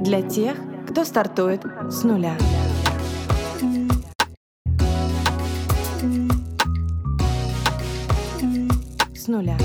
Для тех, кто стартует с нуля. С нуля.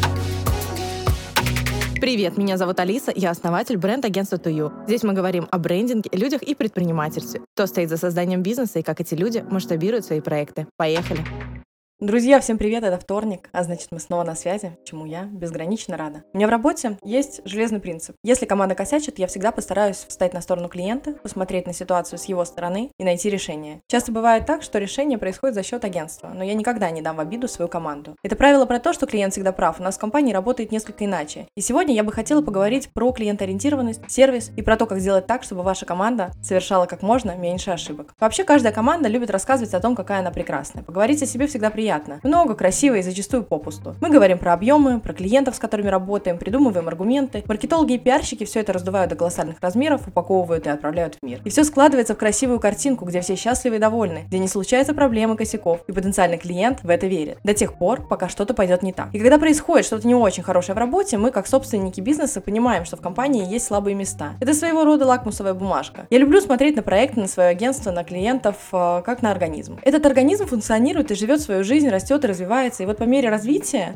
Привет, меня зовут Алиса, я основатель бренд-агентства ToYou. Здесь мы говорим о брендинге, людях и предпринимательстве. Кто стоит за созданием бизнеса и как эти люди масштабируют свои проекты. Поехали! Друзья, всем привет, это вторник, а значит мы снова на связи, чему я безгранично рада. У меня в работе есть железный принцип. Если команда косячит, я всегда постараюсь встать на сторону клиента, посмотреть на ситуацию с его стороны и найти решение. Часто бывает так, что решение происходит за счет агентства, но я никогда не дам в обиду свою команду. Это правило про то, что клиент всегда прав, у нас в компании работает несколько иначе. И сегодня я бы хотела поговорить про клиентоориентированность, сервис и про то, как сделать так, чтобы ваша команда совершала как можно меньше ошибок. Вообще каждая команда любит рассказывать о том, какая она прекрасная. Поговорить о себе всегда приятно. Много, красиво и зачастую попусту. Мы говорим про объемы, про клиентов, с которыми работаем, придумываем аргументы. Маркетологи и пиарщики все это раздувают до колоссальных размеров, упаковывают и отправляют в мир. И все складывается в красивую картинку, где все счастливы и довольны, где не случается проблем и косяков, и потенциальный клиент в это верит. До тех пор, пока что-то пойдет не так. И когда происходит что-то не очень хорошее в работе, мы, как собственники бизнеса, понимаем, что в компании есть слабые места. Это своего рода лакмусовая бумажка. Я люблю смотреть на проекты, на свое агентство, на клиентов, как на организм. Этот организм функционирует и живет свою жизнь, растет и развивается, и вот по мере развития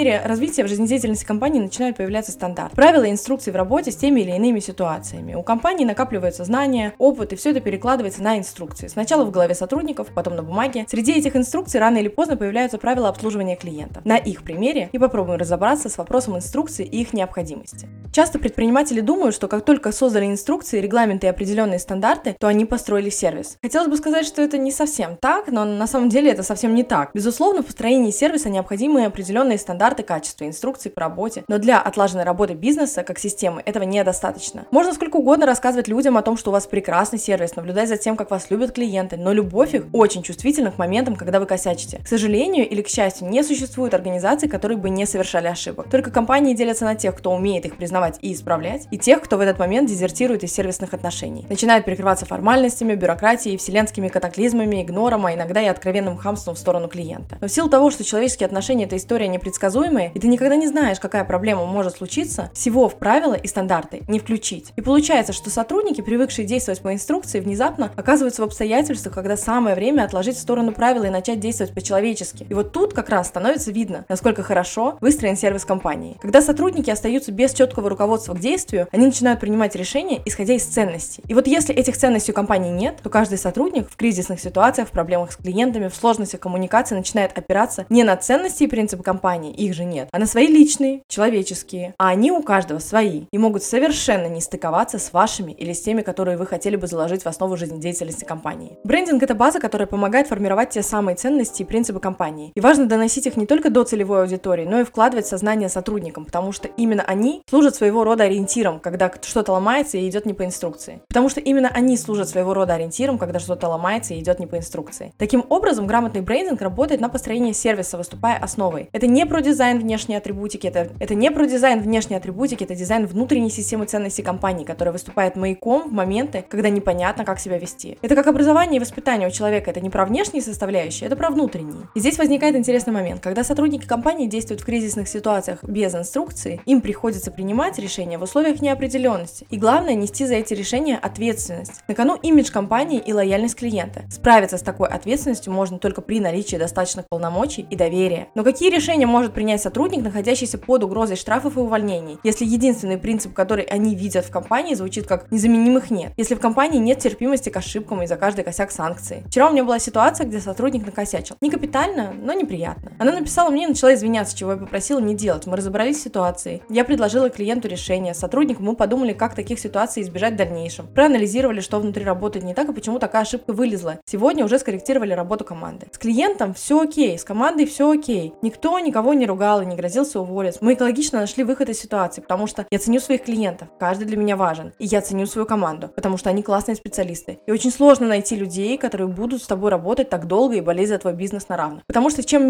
в жизнедеятельности компании начинают появляться стандарты, правила и инструкции в работе с теми или иными ситуациями. У компании накапливаются знания, опыт, и все это перекладывается на инструкции. Сначала в голове сотрудников, потом на бумаге. Среди этих инструкций рано или поздно появляются правила обслуживания клиентов. На их примере и попробуем разобраться с вопросом инструкций и их необходимости. Часто предприниматели думают, что как только создали инструкции, регламенты и определенные стандарты, то они построили сервис. Хотелось бы сказать, что это не совсем так, но на самом деле это совсем не так. Безусловно, в построении сервиса необходимы определенные стандарты качества, инструкции по работе, но для отлаженной работы бизнеса как системы этого недостаточно. Можно сколько угодно рассказывать людям о том, что у вас прекрасный сервис, наблюдать за тем, как вас любят клиенты, но любовь их очень чувствительна к моментам, когда вы косячите. К сожалению или к счастью, не существует организаций, которые бы не совершали ошибок. Только компании делятся на тех, кто умеет их признавать и исправлять, и тех, кто в этот момент дезертирует из сервисных отношений. Начинает прикрываться формальностями, бюрократией, вселенскими катаклизмами, игнором, а иногда и откровенным хамством в сторону клиента. Но в силу того, что человеческие отношения — это история непредсказуемая, и ты никогда не знаешь, какая проблема может случиться, всего в правила и стандарты не включить. И получается, что сотрудники, привыкшие действовать по инструкции, внезапно оказываются в обстоятельствах, когда самое время отложить в сторону правила и начать действовать по-человечески. И вот тут как раз становится видно, насколько хорошо выстроен сервис компании. Когда сотрудники остаются без четкого руководства к действию, они начинают принимать решения, исходя из ценностей. И вот если этих ценностей у компании нет, то каждый сотрудник в кризисных ситуациях, в проблемах с клиентами, в сложностях коммуникации начинает опираться не на ценности и принципы компании, их же нет, а на свои личные, человеческие, а они у каждого свои и могут совершенно не стыковаться с вашими или с теми, которые вы хотели бы заложить в основу жизнедеятельности компании. Брендинг — это база, которая помогает формировать те самые ценности и принципы компании. И важно доносить их не только до целевой аудитории, но и вкладывать в сознание сотрудникам, потому что именно они служат своего рода ориентиром, когда что-то ломается и идет не по инструкции. Потому что именно они служат своего рода ориентиром, когда что-то ломается и идет не по инструкции. Таким образом, грамотный брендинг работает на построение сервиса, выступая основой. Это не про дизайн внешней атрибутики, это не про дизайн внешней атрибутики, это дизайн внутренней системы ценностей компании, которая выступает маяком в моменты, когда непонятно, как себя вести. Это как образование и воспитание у человека, это не про внешние составляющие, это про внутренние. И здесь возникает интересный момент. Когда сотрудники компании действуют в кризисных ситуациях без инструкции, им приходится принимать решения в условиях неопределенности. И главное, нести за эти решения ответственность. На кону имидж компании и лояльность клиента. Справиться с такой ответственностью можно только при наличии достаточных полномочий и доверия. Но какие решения может принять сотрудник, находящийся под угрозой штрафов и увольнений, если единственный принцип, который они видят в компании, звучит как «незаменимых нет», если в компании нет терпимости к ошибкам и за каждый косяк санкции? Вчера у меня была ситуация, где сотрудник накосячил. Не капитально, но неприятно. Она написала мне и начала извиняться, чего я попросила не делать. Мы разобрались в ситуации. Я предложила клиенту решение. С сотрудником мы подумали, как таких ситуаций избежать в дальнейшем. Проанализировали, что внутри работает не так и почему такая ошибка вылезла. Сегодня уже скорректировали работу команды. С клиентом все окей, с командой все окей. Никто никого не ругал и не грозился уволить. Мы экологично нашли выход из ситуации, потому что я ценю своих клиентов, каждый для меня важен. И я ценю свою команду, потому что они классные специалисты. И очень сложно найти людей, которые будут с тобой работать так долго и болеть за твой бизнес на равных. Потому что чем менее толерантны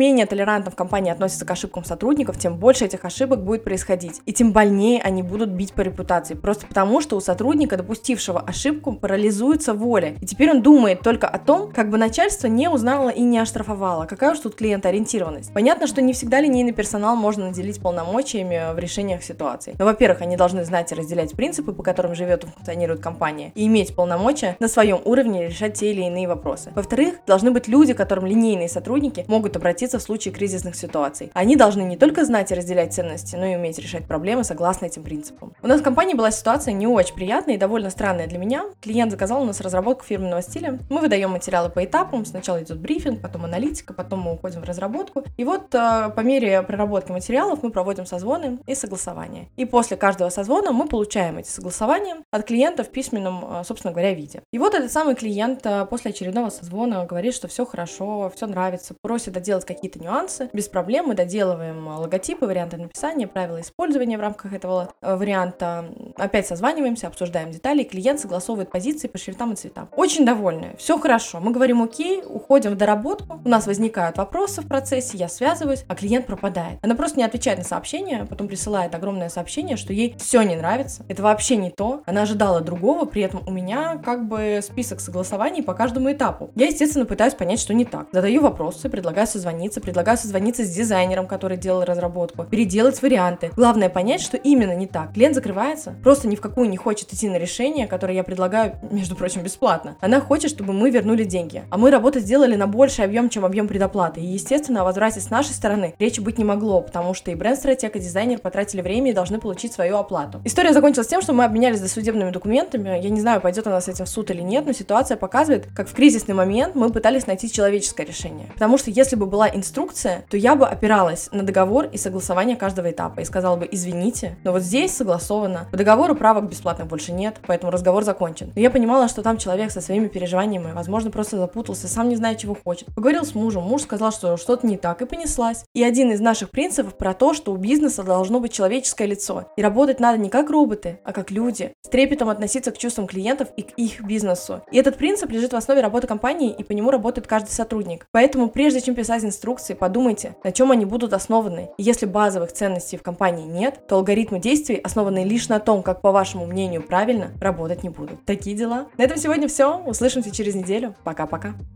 толерантно в компании относятся к ошибкам сотрудников, тем больше этих ошибок будет происходить. И тем больнее они будут бить по репутации. Просто потому, что у сотрудника, допустившего ошибку, парализуется воля. И теперь он думает только о том, как бы начальство не узнало и не оштрафовало. Какая уж тут клиентоориентированность. Понятно, что не всегда линейный персонал можно наделить полномочиями в решениях ситуаций. Но, во-первых, они должны знать и разделять принципы, по которым живет и функционирует компания, и иметь полномочия на своем уровне решать те или иные вопросы. Во-вторых, должны быть люди, к которым линейные сотрудники могут обратиться в случае кризисных ситуаций. Они должны не только знать и разделять ценности, но и уметь решать проблемы согласно этим принципам. У нас в компании была ситуация не очень приятная и довольно странная для меня. Клиент заказал у нас разработку фирменного стиля. Мы выдаем материалы по этапам. Сначала идет брифинг, потом аналитика, потом мы уходим в разработку. И вот по мере проработки материалов мы проводим созвоны и согласования. И после каждого созвона мы получаем эти согласования от клиента в письменном, собственно говоря, виде. И вот этот самый клиент после очередного созвона говорит, что все хорошо, все нравится, просит доделать какие-то нюансы. Без проблем мы доделываем логотипы, варианты написания, правила использования в рамках этого варианта. Опять созваниваемся, обсуждаем детали, и клиент согласовывает позиции по шрифтам и цветам. Очень довольны, все хорошо. Мы говорим окей, уходим в доработку, у нас возникают вопросы в процессе, я связываюсь, а клиент пропадает. Она просто не отвечает на сообщение, потом присылает огромное сообщение, что ей все не нравится, это вообще не то, она ожидала другого, при этом у меня как бы список согласований по каждому этапу. Я, естественно, пытаюсь понять, что не так. Задаю вопросы, предлагаю созвониться с дизайнером, который делал разработку, переделать варианты. Главное понять, что именно не так. Клиент закрывается, просто ни в какую не хочет идти на решение, которое я предлагаю, между прочим, бесплатно. Она хочет, чтобы мы вернули деньги. А мы работу сделали на больший объем, чем объем предоплаты. И, естественно, о возврате с нашей стороны речи быть не могло, потому что и бренд-стратег, и дизайнер потратили время и должны получить свою оплату. История закончилась тем, что мы обменялись досудебными документами. Я не знаю, пойдет она с этим в суд или нет, но ситуация показывает, как в кризисный момент мы пытались найти человеческое решение. Потому что если бы была инструкция, то я бы опиралась на договор и согласование каждого этапа и сказала бы: извините, но вот здесь согласовано. По договору правок бесплатных больше нет, поэтому разговор закончен. Но я понимала, что там человек со своими переживаниями, возможно, просто запутался, сам не знает, чего хочет. Поговорил с мужем, муж сказал, что что-то не так, и понеслась. И один из наших принципов про то, что у бизнеса должно быть человеческое лицо. И работать надо не как роботы, а как люди. С трепетом относиться к чувствам клиентов и к их бизнесу. И этот принцип лежит в основе работы компании, и по нему работает каждый сотрудник. Поэтому, прежде чем писать инструкции, подумайте, на чем они будут основаны. И если базовых ценностей в компании нет, то алгоритмы действий, основанные лишь на том, как, по вашему мнению, правильно, работать не будут. Такие дела. На этом сегодня все. Услышимся через неделю. Пока-пока.